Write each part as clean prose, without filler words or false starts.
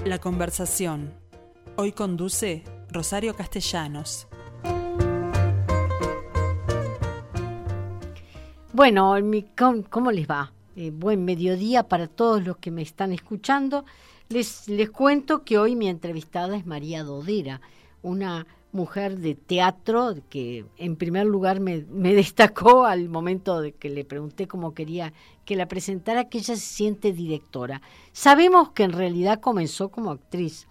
La conversación. Hoy conduce Rosario Castellanos. Bueno, ¿cómo les va? Buen mediodía para todos los que me están escuchando. Les cuento que hoy mi entrevistada es María Dodera, una mujer de teatro que en primer lugar me destacó al momento de que le pregunté cómo quería que la presentara, que ella se siente directora. Sabemos que en realidad comenzó como actriz,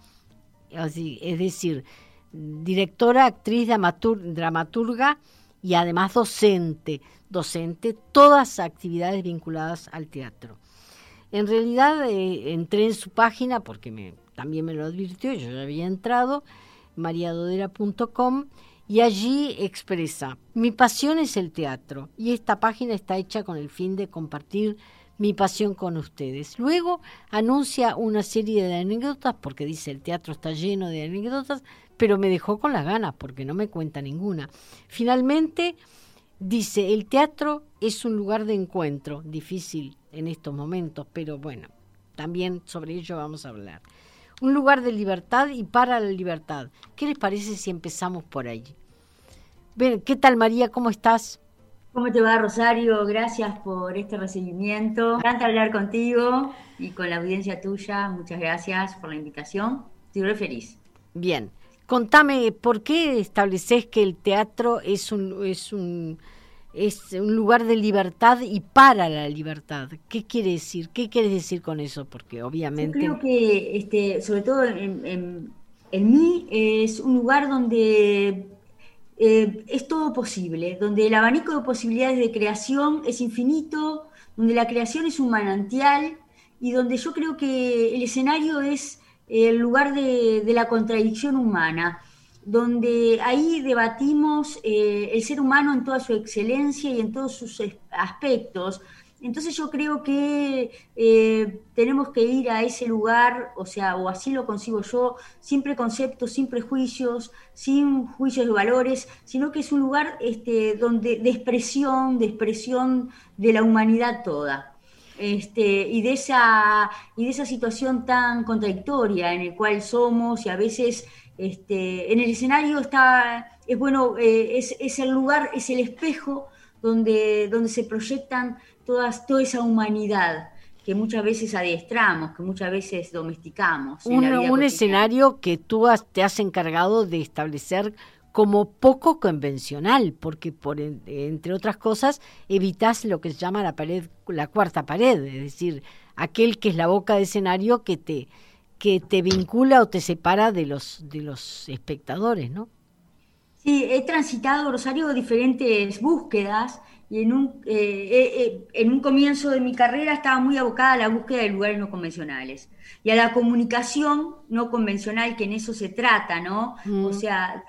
es decir, directora, actriz, dramaturga y además docente, todas actividades vinculadas al teatro. En realidad entré en su página porque también me lo advirtió, yo ya había entrado, mariadodera.com, y allí expresa: mi pasión es el teatro, y esta página está hecha con el fin de compartir mi pasión con ustedes. Luego anuncia una serie de anécdotas, porque dice el teatro está lleno de anécdotas, pero me dejó con las ganas porque no me cuenta ninguna. Finalmente dice: el teatro es un lugar de encuentro, difícil en estos momentos, pero bueno, también sobre ello vamos a hablar. Un lugar de libertad y para la libertad. ¿Qué les parece si empezamos por ahí? Bien, ¿qué tal, María? ¿Cómo estás? ¿Cómo te va, Rosario? Gracias por este recibimiento. Me encanta hablar contigo y con la audiencia tuya. Muchas gracias por la invitación. Estoy muy feliz. Bien. Contame, ¿por qué estableces que el teatro es un lugar de libertad y para la libertad? ¿Qué quiere decir? ¿Qué quieres decir con eso? Porque obviamente... Yo creo que, sobre todo en mí, es un lugar donde es todo posible, donde el abanico de posibilidades de creación es infinito, donde la creación es un manantial y donde yo creo que el escenario es el lugar de la contradicción humana, donde ahí debatimos el ser humano en toda su excelencia y en todos sus aspectos. Entonces yo creo que tenemos que ir a ese lugar, o así lo concibo yo, sin preconceptos, sin prejuicios, sin juicios de valores, sino que es un lugar de expresión de la humanidad toda. Y de esa situación tan contradictoria en el cual somos, y a veces en el escenario es bueno, es el lugar, es el espejo donde se proyectan toda esa humanidad que muchas veces adiestramos, que muchas veces domesticamos. Un escenario que tú te has encargado de establecer como poco convencional, porque entre otras cosas evitas lo que se llama la cuarta pared, es decir, aquel que es la boca de escenario que te vincula o te separa de los espectadores, ¿no? Sí, he transitado, Rosario, diferentes búsquedas y en un comienzo de mi carrera estaba muy abocada a la búsqueda de lugares no convencionales y a la comunicación no convencional, que en eso se trata, ¿no? O sea,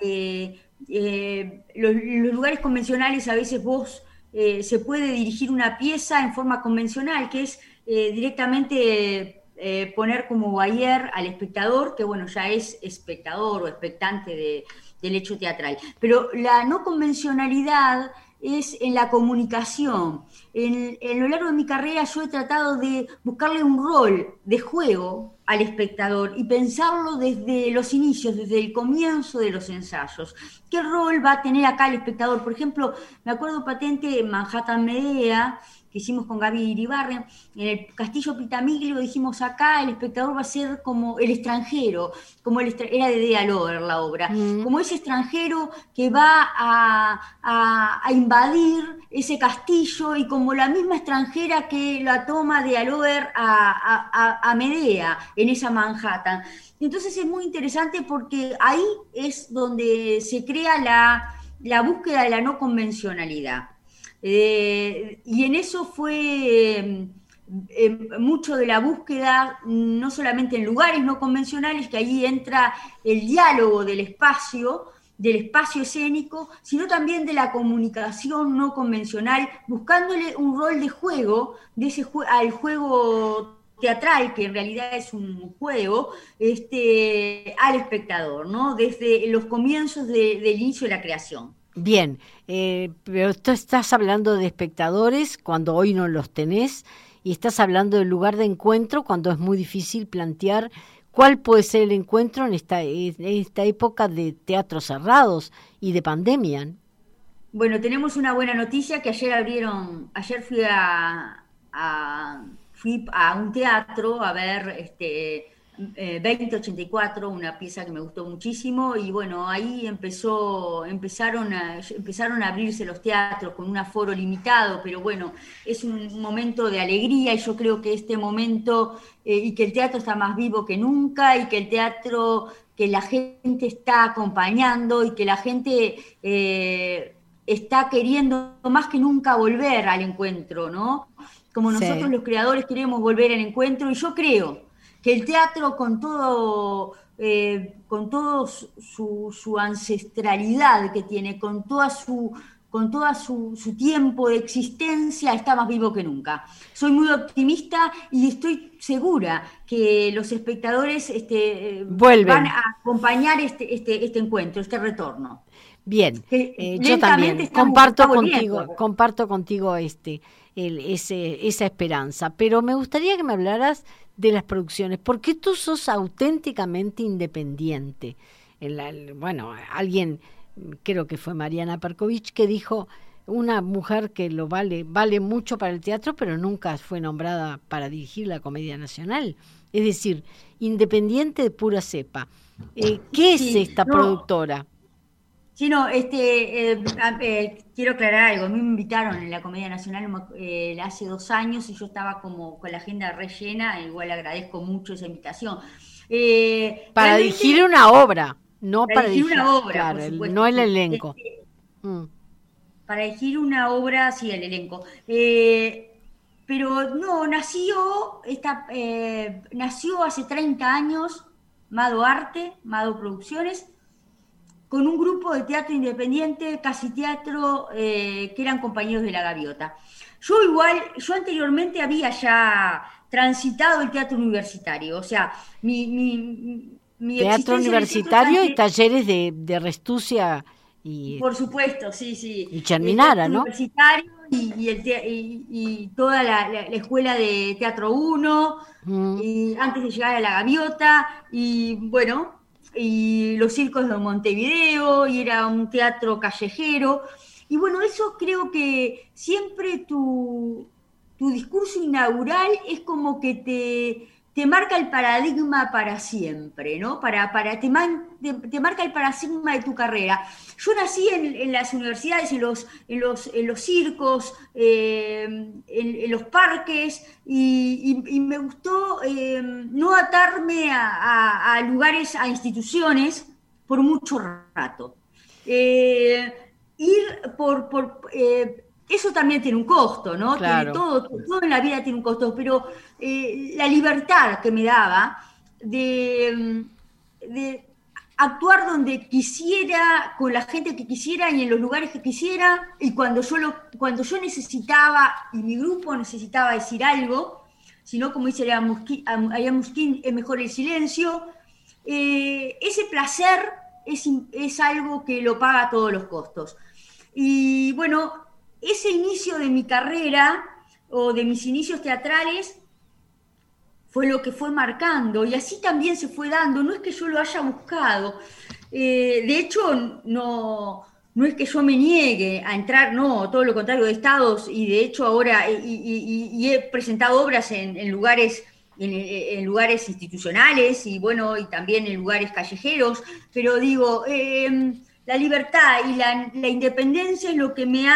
los lugares convencionales a veces se puede dirigir una pieza en forma convencional, que es directamente poner como voyeur al espectador, que bueno, ya es espectador o expectante del hecho teatral. Pero la no convencionalidad es en la comunicación. En lo largo de mi carrera yo he tratado de buscarle un rol de juego al espectador y pensarlo desde los inicios, desde el comienzo de los ensayos. ¿Qué rol va a tener acá el espectador? Por ejemplo, me acuerdo patente en Manhattan Medea, que hicimos con Gaby Iribarren, en el Castillo Pitamiglio dijimos: acá el espectador va a ser como el extranjero, era de Dea Lover la obra, como ese extranjero que va a invadir ese castillo, y como la misma extranjera que la toma Dea Lover a Medea en esa Manhattan. Entonces es muy interesante porque ahí es donde se crea la búsqueda de la no convencionalidad. Y en eso fue mucho de la búsqueda, no solamente en lugares no convencionales, que allí entra el diálogo del espacio escénico, sino también de la comunicación no convencional, buscándole un rol de juego, al juego teatral, que en realidad es un juego, al espectador, ¿no? Desde los comienzos del inicio de la creación. Bien, pero tú estás hablando de espectadores cuando hoy no los tenés, y estás hablando del lugar de encuentro cuando es muy difícil plantear ¿Cuál puede ser el encuentro en esta época de teatros cerrados y de pandemia? Bueno, tenemos una buena noticia que ayer fui a un teatro a ver 2084, una pieza que me gustó muchísimo, y bueno, ahí empezaron a abrirse los teatros con un aforo limitado, pero bueno, es un momento de alegría, y yo creo que este momento, y que el teatro está más vivo que nunca, y que el teatro, que la gente está acompañando, y que la gente está queriendo más que nunca volver al encuentro, ¿no? Como nosotros los creadores queremos volver al encuentro, y yo creo que el teatro con todo su ancestralidad que tiene, con toda su tiempo de existencia, está más vivo que nunca. Soy muy optimista y estoy segura que los espectadores van a acompañar este encuentro, este retorno. Bien, yo también comparto contigo esa esperanza, pero me gustaría que me hablaras de las producciones, porque tú sos auténticamente independiente. Alguien, creo que fue Mariana Perkovich, que dijo, una mujer que vale mucho para el teatro, pero nunca fue nombrada para dirigir la Comedia Nacional. Es decir, independiente de pura cepa. ¿Qué es esta productora? Sí, no, quiero aclarar algo. A mí me invitaron en la Comedia Nacional hace 2 años, y yo estaba como con la agenda rellena. Igual agradezco mucho esa invitación. Para dirigir una obra, no para dirigir una obra, claro, por supuesto, no el elenco. Para dirigir una obra, sí, el elenco. Pero no, nació hace 30 años Mado Arte, Mado Producciones, con un grupo de teatro independiente, Casi Teatro, que eran compañeros de La Gaviota. Yo anteriormente había ya transitado el teatro universitario, o sea, mi teatro universitario y talleres de Restucia y... Por supuesto, sí. Y Cherminara, ¿no? Universitario y toda la escuela de Teatro 1, y antes de llegar a La Gaviota, y bueno... y los circos de Montevideo, y era un teatro callejero. Y bueno, eso creo que siempre tu discurso inaugural es como que te marca el paradigma para siempre, ¿no? Te marca el paradigma de tu carrera. Yo nací en las universidades, en los circos, en los parques, y me gustó no atarme a lugares, a instituciones por mucho rato. Eso también tiene un costo, ¿no? Claro. Todo en la vida tiene un costo, pero la libertad que me daba de actuar donde quisiera, con la gente que quisiera y en los lugares que quisiera, y cuando yo necesitaba y mi grupo necesitaba decir algo, sino, como dice Ayaan Muskin, es mejor el silencio. Ese placer es algo que lo paga todos los costos. Y bueno, ese inicio de mi carrera, o de mis inicios teatrales, fue lo que fue marcando, y así también se fue dando. No es que yo lo haya buscado. De hecho, no es que yo me niegue a entrar, no, todo lo contrario, de estados, y de hecho ahora y he presentado obras en lugares institucionales, y bueno, y también en lugares callejeros, pero digo, la libertad y la independencia es lo que me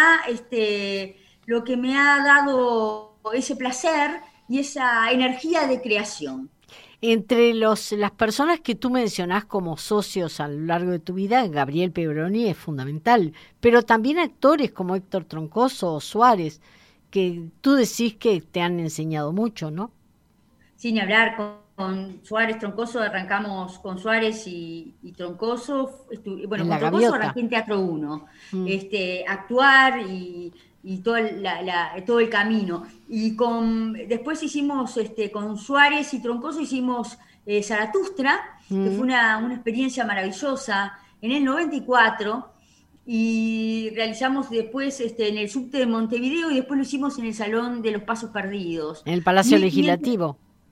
ha dado ese placer y esa energía de creación. Entre las personas que tú mencionás como socios a lo largo de tu vida, Gabriel Pebroni es fundamental, pero también actores como Héctor Troncoso o Suárez, que tú decís que te han enseñado mucho, ¿no? Sin hablar con Suárez, Troncoso, arrancamos con Suárez y Troncoso. Bueno, con Troncoso arranqué en Teatro 1, actuar y todo el camino. Y después hicimos, con Suárez y Troncoso, hicimos Zaratustra, que fue una experiencia maravillosa, en el 94, y realizamos después en el subte de Montevideo, y después lo hicimos en el Salón de los Pasos Perdidos. En el Palacio Legislativo.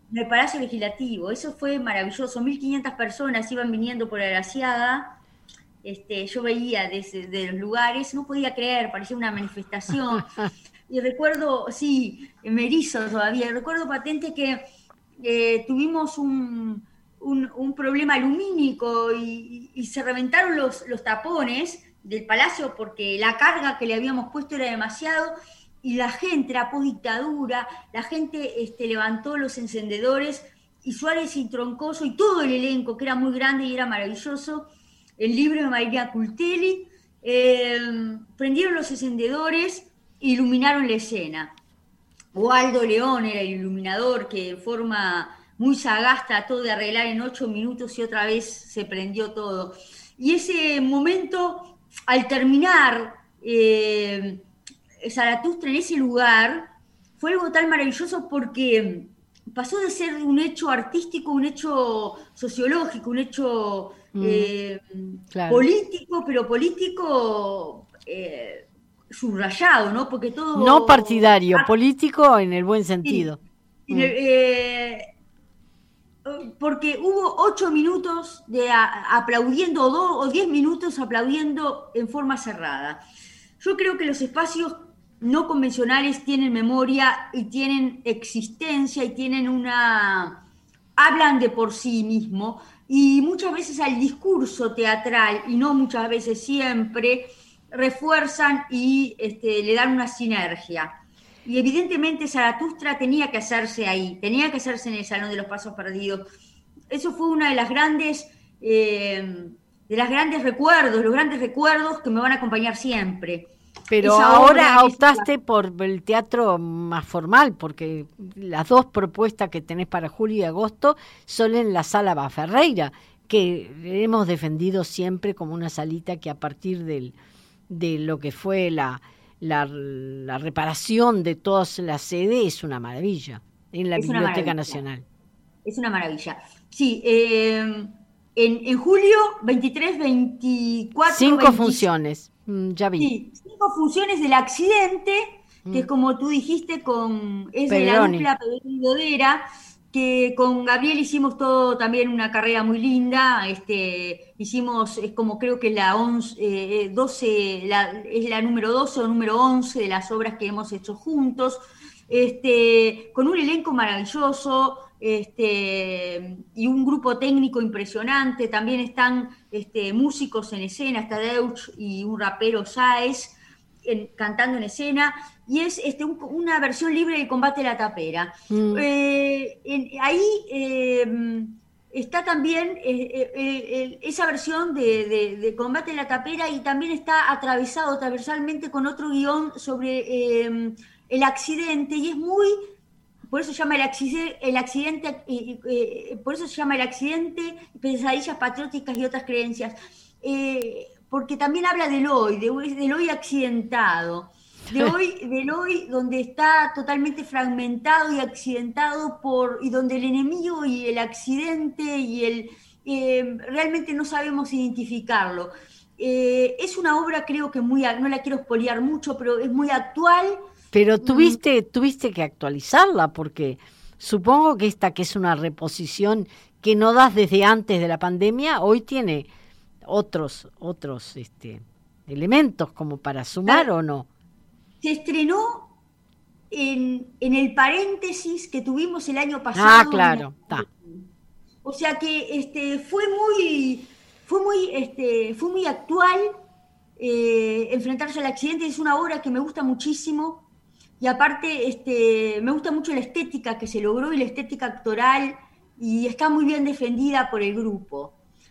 En el Palacio Legislativo. Eso fue maravilloso. 1.500 personas iban viniendo por Agraciada. Yo veía desde de los lugares, no podía creer, parecía una manifestación. Y recuerdo, sí, me erizo todavía, recuerdo patente que tuvimos un problema lumínico y se reventaron los tapones del palacio porque la carga que le habíamos puesto era demasiado y la gente, era post-dictadura, la gente levantó los encendedores y Suárez y Troncoso y todo el elenco, que era muy grande y era maravilloso, el libro de María Cultelli, prendieron los encendedores e iluminaron la escena. Waldo León era el iluminador que en forma muy sagaz trató de arreglar en 8 minutos y otra vez se prendió todo. Y ese momento, al terminar Zaratustra en ese lugar, fue algo tan maravilloso porque pasó de ser un hecho artístico, un hecho sociológico, un hecho claro. político, pero político subrayado, ¿no? Porque todo... No partidario, político en el buen sentido. Sí, porque hubo 8 minutos de aplaudiendo, o 10 minutos aplaudiendo en forma cerrada. Yo creo que los espacios no convencionales tienen memoria y tienen existencia y tienen hablan de por sí mismo, y muchas veces al discurso teatral, y no muchas veces siempre, refuerzan y le dan una sinergia. Y evidentemente Zaratustra tenía que hacerse ahí, tenía que hacerse en el Salón de los Pasos Perdidos. Eso fue una de las grandes recuerdos, los grandes recuerdos que me van a acompañar siempre. Pero ahora optaste por el teatro más formal, porque las dos propuestas que tenés para julio y agosto son en la Sala Baferreira, que hemos defendido siempre como una salita que a partir de lo que fue la reparación de todas las sedes es una maravilla, en la Biblioteca Nacional. Es una maravilla. Sí, en julio 23, 24... 5 25, funciones. Ya vi. Sí, 5 funciones del accidente, que es como tú dijiste, es de la dupla Pedroni Dodera, que con Gabriel hicimos todo también una carrera muy linda. Hicimos, es como creo que la 11, 12, es la número 12 o número 11 de las obras que hemos hecho juntos, con un elenco maravilloso. Y un grupo técnico impresionante, también están músicos en escena, está Deutsch y un rapero Sáez cantando en escena, y es una versión libre de Combate la Tapera. Ahí está también esa versión de Combate la Tapera, y también está atravesado transversalmente con otro guión sobre el accidente, y es muy... Por eso se llama el accidente, por eso se llama el accidente, pesadillas patrióticas y otras creencias. Porque también habla del hoy, del hoy accidentado, del hoy donde está totalmente fragmentado y accidentado y donde el enemigo y el accidente y realmente no sabemos identificarlo. Es una obra, creo que no la quiero espoliar mucho, pero es muy actual. Pero tuviste que actualizarla, porque supongo que esta, que es una reposición que no das desde antes de la pandemia, hoy tiene otros elementos como para sumar, ¿o no? Se estrenó en el paréntesis que tuvimos el año pasado. Ah, claro, está. O sea que fue muy actual enfrentarse al accidente. Es una obra que me gusta muchísimo. Y aparte, me gusta mucho la estética que se logró y la estética actoral, y está muy bien defendida por el grupo.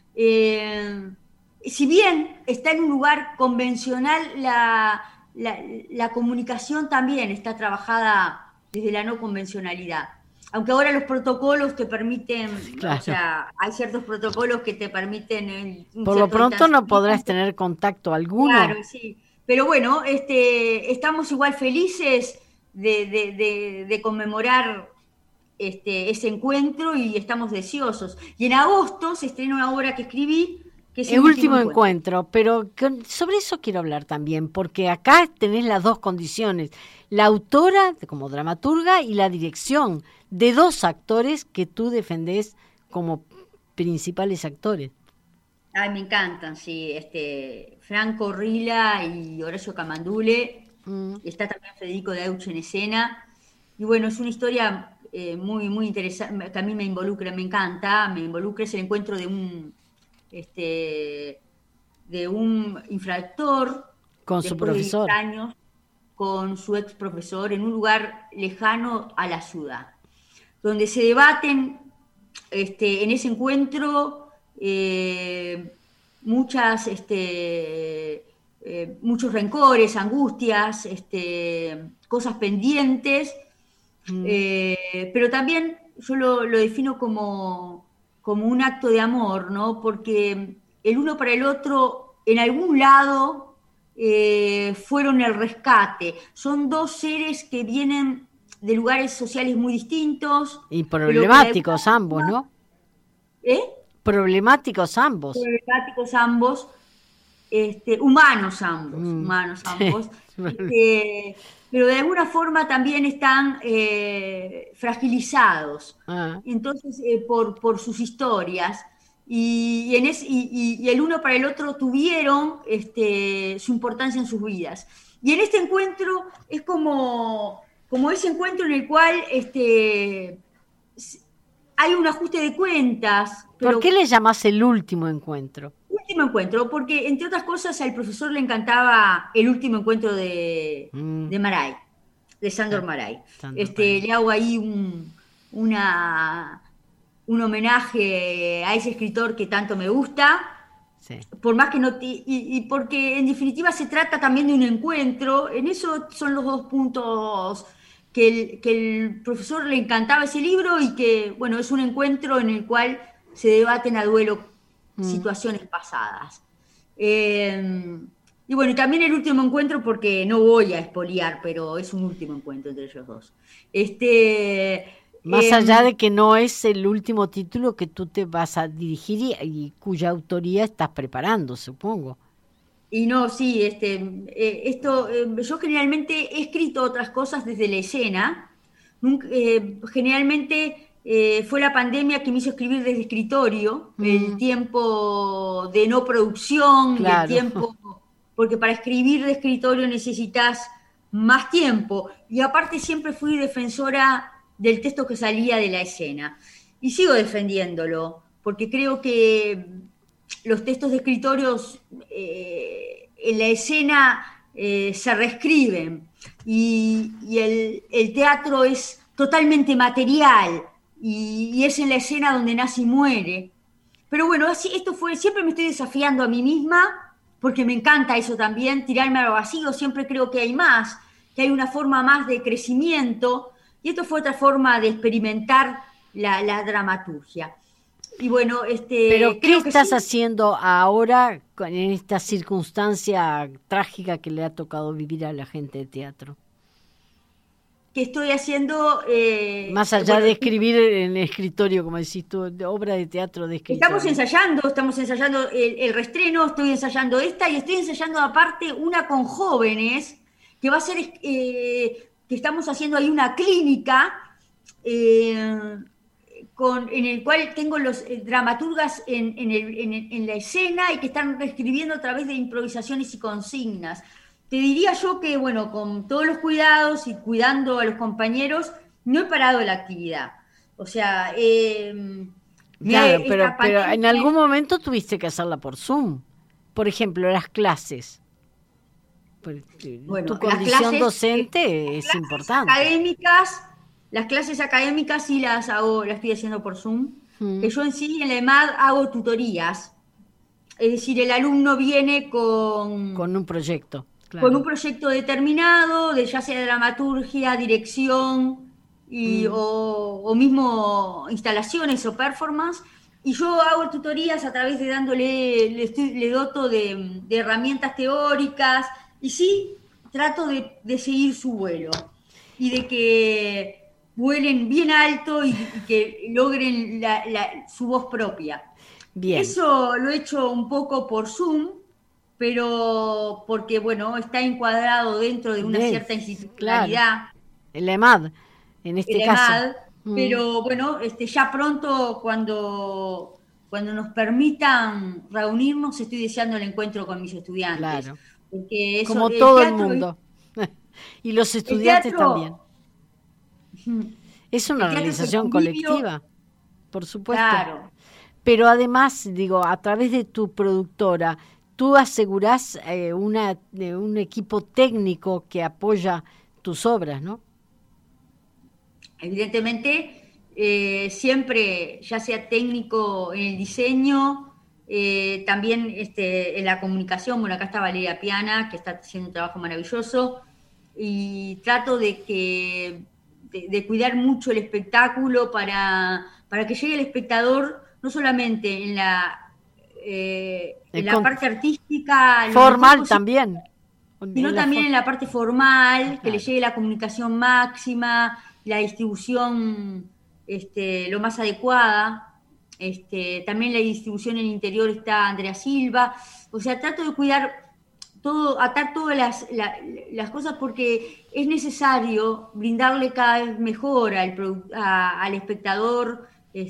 Si bien está en un lugar convencional, la comunicación también está trabajada desde la no convencionalidad. Aunque ahora los protocolos te permiten, claro. O sea, hay ciertos protocolos que te permiten... Por lo pronto no podrás tener contacto alguno. Claro, sí. Pero bueno, estamos igual felices de conmemorar ese encuentro, y estamos deseosos. Y en agosto se estrena una obra que escribí, que es el último encuentro, pero sobre eso quiero hablar también, porque acá tenés las dos condiciones, la autora como dramaturga y la dirección de dos actores que tú defendés como principales actores. Ay, me encantan, sí, Franco Rila y Horacio Camandule, está también Federico Deutsch en escena, y bueno, es una historia muy, muy interesante, que a mí me involucra, me encanta, me involucra, es el encuentro de un infractor con su profesor, de 10 años, con su ex profesor, en un lugar lejano a la ciudad, donde se debaten en ese encuentro muchos rencores, angustias, cosas pendientes, pero también yo lo defino como un acto de amor, ¿no? Porque el uno para el otro, en algún lado, fueron el rescate. Son dos seres que vienen de lugares sociales muy distintos. Y problemáticos ambos, ¿no? ¿Eh? Problemáticos ambos. Problemáticos ambos, humanos ambos. Pero de alguna forma también están fragilizados. Entonces, por sus historias. Y el uno para el otro tuvieron su importancia en sus vidas. Y en este encuentro es como ese encuentro en el cual hay un ajuste de cuentas. ¿Por qué le llamás el último encuentro? Último encuentro, porque entre otras cosas al profesor le encantaba el último encuentro de Maray, de Sándor Márai. Le hago ahí un homenaje a ese escritor que tanto me gusta, sí. Por más que no, y porque en definitiva se trata también de un encuentro. En eso son los dos puntos que el profesor le encantaba ese libro, y que, bueno, es un encuentro en el cual se debaten a duelo situaciones pasadas. Y bueno, y también el último encuentro, porque no voy a espoliar, pero es un último encuentro entre ellos dos. Más allá de que no es el último título que tú te vas a dirigir y cuya autoría estás preparando, supongo. Y no, sí, yo generalmente he escrito otras cosas desde la escena. Generalmente fue la pandemia que me hizo escribir desde escritorio, el tiempo de no producción, claro. El tiempo, porque para escribir de escritorio necesitas más tiempo. Y aparte siempre fui defensora del texto que salía de la escena. Y sigo defendiéndolo, porque creo que los textos de escritorios en la escena se reescriben, y el teatro es totalmente material, y es en la escena donde nace y muere. Pero bueno, así, siempre me estoy desafiando a mí misma, porque me encanta eso también, tirarme a lo vacío. Siempre creo que hay más, que hay una forma más de crecimiento, y esto fue otra forma de experimentar la dramaturgia. Y bueno, ¿pero qué estás haciendo ahora en esta circunstancia trágica que le ha tocado vivir a la gente de teatro? ¿Qué estoy haciendo? Más allá de escribir en el escritorio, como decís tú, de obra de teatro de escritorio. Estamos ensayando el reestreno, estoy ensayando esta, y estoy ensayando aparte una con jóvenes, que va a ser, que estamos haciendo ahí una clínica, en el cual tengo los dramaturgas en la escena, y que están reescribiendo a través de improvisaciones y consignas. Te diría yo que, bueno, con todos los cuidados y cuidando a los compañeros, no he parado la actividad. O sea, claro, pero en algún momento tuviste que hacerla por Zoom. Por ejemplo, las clases. Bueno, tu condición docente es importante. Las clases académicas sí las estoy haciendo por Zoom. Que yo en sí, en la EMAD, hago tutorías. Es decir, el alumno viene con un proyecto. Claro. Con un proyecto determinado, ya sea de dramaturgia, dirección, o mismo instalaciones o performance, y yo hago tutorías a través de le doto de herramientas teóricas, y sí trato de seguir su vuelo, y de que vuelen bien alto, y que logren su voz propia. Bien. Eso lo he hecho un poco por Zoom, pero porque, bueno, está encuadrado dentro de una cierta Claro, institucionalidad, el EMAD, en el este caso. EMAD, pero bueno, ya pronto cuando nos permitan reunirnos, estoy deseando el encuentro con mis estudiantes, Claro, porque eso, como todo el mundo. Y los el estudiantes también. teatro, ujú, Es una el teatro es el realización convivio, colectiva, por supuesto. claro. Pero además, digo, a través de tu productora, tú asegurás un equipo técnico que apoya tus obras, ¿no? Evidentemente, siempre, ya sea técnico en el diseño, también en la comunicación. Bueno, acá está Valeria Piana, que está haciendo un trabajo maravilloso, y trato de cuidar mucho el espectáculo para que llegue el espectador no solamente El en la parte artística, lo mejor formal posible, también. sino también en la parte formal, que le Claro. llegue la comunicación máxima, la distribución lo más adecuada. También la distribución en el interior está Andrea Silva. O sea, trato de cuidar todo, atar todas las cosas, porque es necesario brindarle cada vez mejor al espectador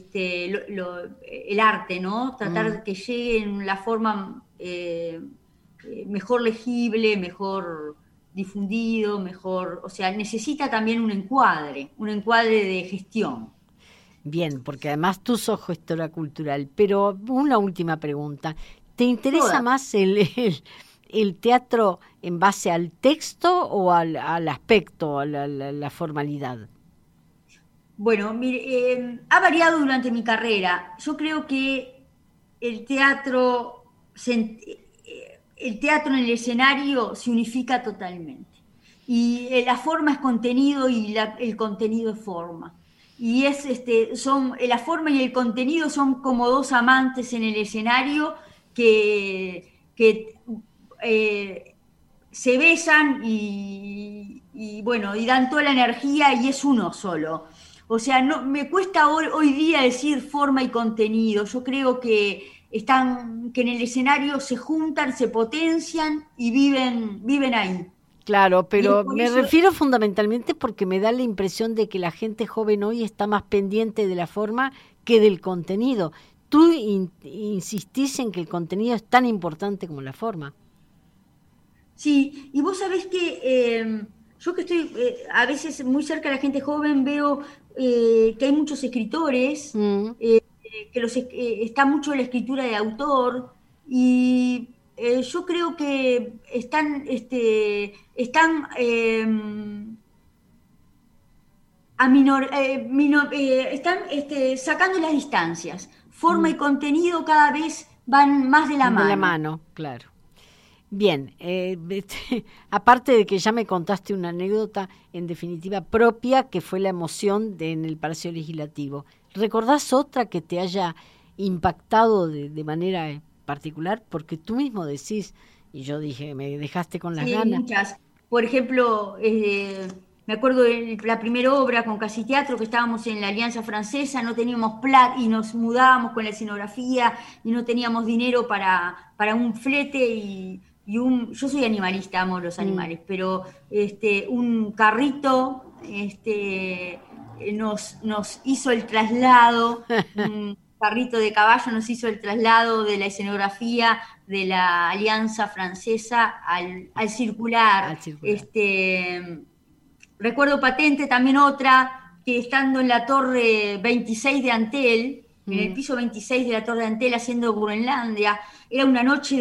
el arte, ¿no? Tratar de que llegue en la forma mejor legible, mejor difundido, mejor, o sea, necesita también un encuadre de gestión. Bien, porque además tú sos gestora cultural. Pero una última pregunta. ¿Te interesa Todas. más el teatro en base al texto o al aspecto, a la formalidad? Bueno, mire, ha variado durante mi carrera. Yo creo que el teatro, el teatro en el escenario se unifica totalmente. Y la forma es contenido y el contenido es forma. Y la forma y el contenido son como dos amantes en el escenario que se besan y bueno, y dan toda la energía y es uno solo. O sea, no, me cuesta hoy día decir forma y contenido. Yo creo que en el escenario se juntan, se potencian y viven ahí. Claro, Y es pero por me eso, refiero fundamentalmente porque me da la impresión de que la gente joven hoy está más pendiente de la forma que del contenido. ¿Tú insistís en que el contenido es tan importante como la forma? sí, y vos sabés que yo que estoy a veces muy cerca de la gente joven, veo que hay muchos escritores, Mm, está mucho la escritura de autor, y yo creo que están están sacando las distancias. Forma y mm. contenido cada vez van más de la De la mano. mano, claro. Bien, aparte de que ya me contaste una anécdota en definitiva propia, que fue la emoción en el Palacio Legislativo, ¿recordás otra que te haya impactado de manera particular? Porque tú mismo decís, y yo dije, me dejaste con las Sí, hay ganas. muchas. Por ejemplo, me acuerdo de la primera obra con Casi Teatro, que estábamos en la Alianza Francesa, no teníamos plata y nos mudábamos con la escenografía y no teníamos dinero para un flete yo soy animalista, amo los Mm. animales, pero un carrito nos hizo el traslado, un carrito de caballo nos hizo el traslado de la escenografía de la Alianza Francesa al circular. Al circular. Recuerdo patente también otra, que estando en la torre 26 de Antel, en el Mm. piso 26 de la torre de Antel haciendo Groenlandia, era una noche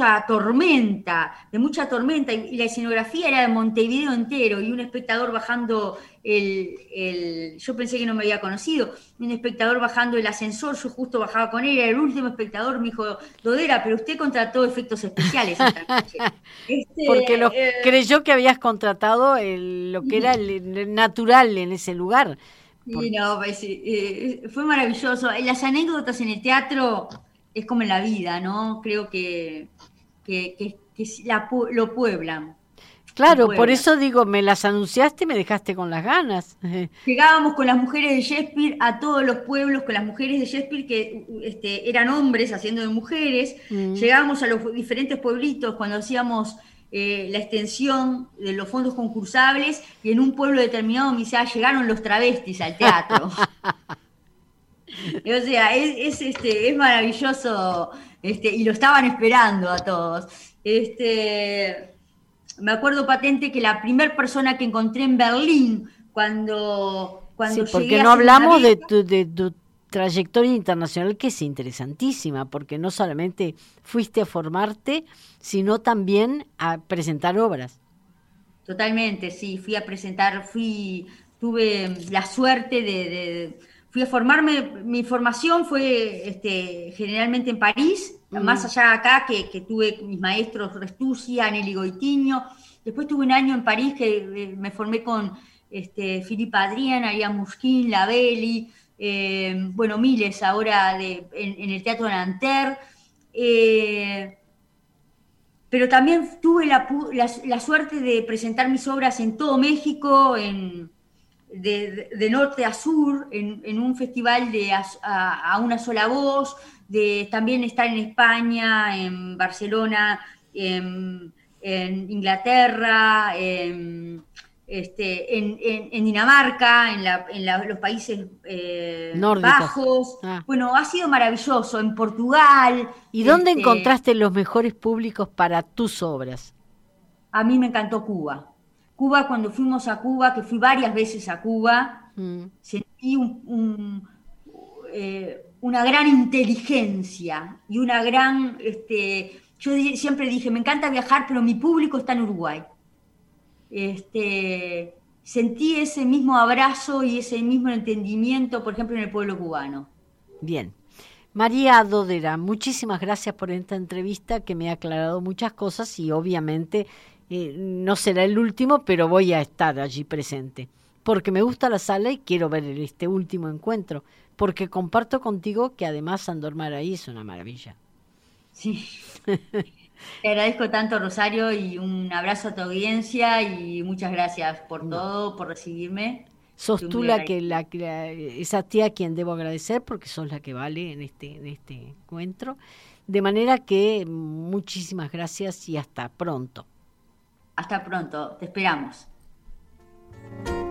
de mucha tormenta, y la escenografía era de Montevideo entero, y un espectador bajando yo pensé que no me había conocido, un espectador bajando el ascensor, yo justo bajaba con él, era el último espectador, me dijo, Dodera, pero usted contrató efectos especiales esta noche. Porque creyó que habías contratado lo que era Y, el natural en ese lugar. y no, pues, fue maravilloso. Las anécdotas en el teatro es como en la vida, ¿no? Creo que lo pueblan. Claro, por eso digo, me las anunciaste y me dejaste con las ganas. Llegábamos con las mujeres de Shakespeare a todos los pueblos, con las mujeres de Shakespeare que eran hombres haciendo de mujeres. Llegábamos a los diferentes pueblitos cuando hacíamos la extensión de los fondos concursables, y en un pueblo determinado me dice, llegaron los travestis al teatro. O sea, es maravilloso, y lo estaban esperando a todos. Me acuerdo patente que la primera persona que encontré en Berlín cuando sí, porque llegué no a hablamos de tu trayectoria internacional, que es interesantísima, porque no solamente fuiste a formarte, sino también a presentar obras. Totalmente, sí, fui a presentar, tuve la suerte fui a formarme. Mi formación fue generalmente en París, más allá de acá, que tuve mis maestros Restuccia, Nelly Goitiño. Después tuve un año en París que me formé con Philippe Adrien, Ariane Mouchkine, Labelli, miles ahora en el Teatro de Nanterre. Pero también tuve la suerte de presentar mis obras en todo México, de norte a sur, en un festival a una sola voz, de también estar en España, en Barcelona, en Inglaterra, en Dinamarca, en los Países Bajos. Bueno, ha sido maravilloso, en Portugal. ¿Y dónde encontraste los mejores públicos para tus obras? A mí me encantó Cuba. Cuba, cuando fuimos a Cuba, que fui varias veces a Cuba, sentí una gran inteligencia y una gran... yo siempre dije, me encanta viajar, pero mi público está en Uruguay. Sentí ese mismo abrazo y ese mismo entendimiento, por ejemplo, en el pueblo cubano. Bien. María Dodera, muchísimas gracias por esta entrevista que me ha aclarado muchas cosas y obviamente no será el último, pero voy a estar allí presente, porque me gusta la sala y quiero ver este último encuentro, porque comparto contigo que además Sandor Maraí es una maravilla. Sí. Te agradezco tanto, Rosario, y un abrazo a tu audiencia y muchas gracias por todo, por recibirme. Sos tú esa tía a quien debo agradecer, porque sos la que vale en este encuentro. De manera que muchísimas gracias y hasta pronto. Hasta pronto, te esperamos.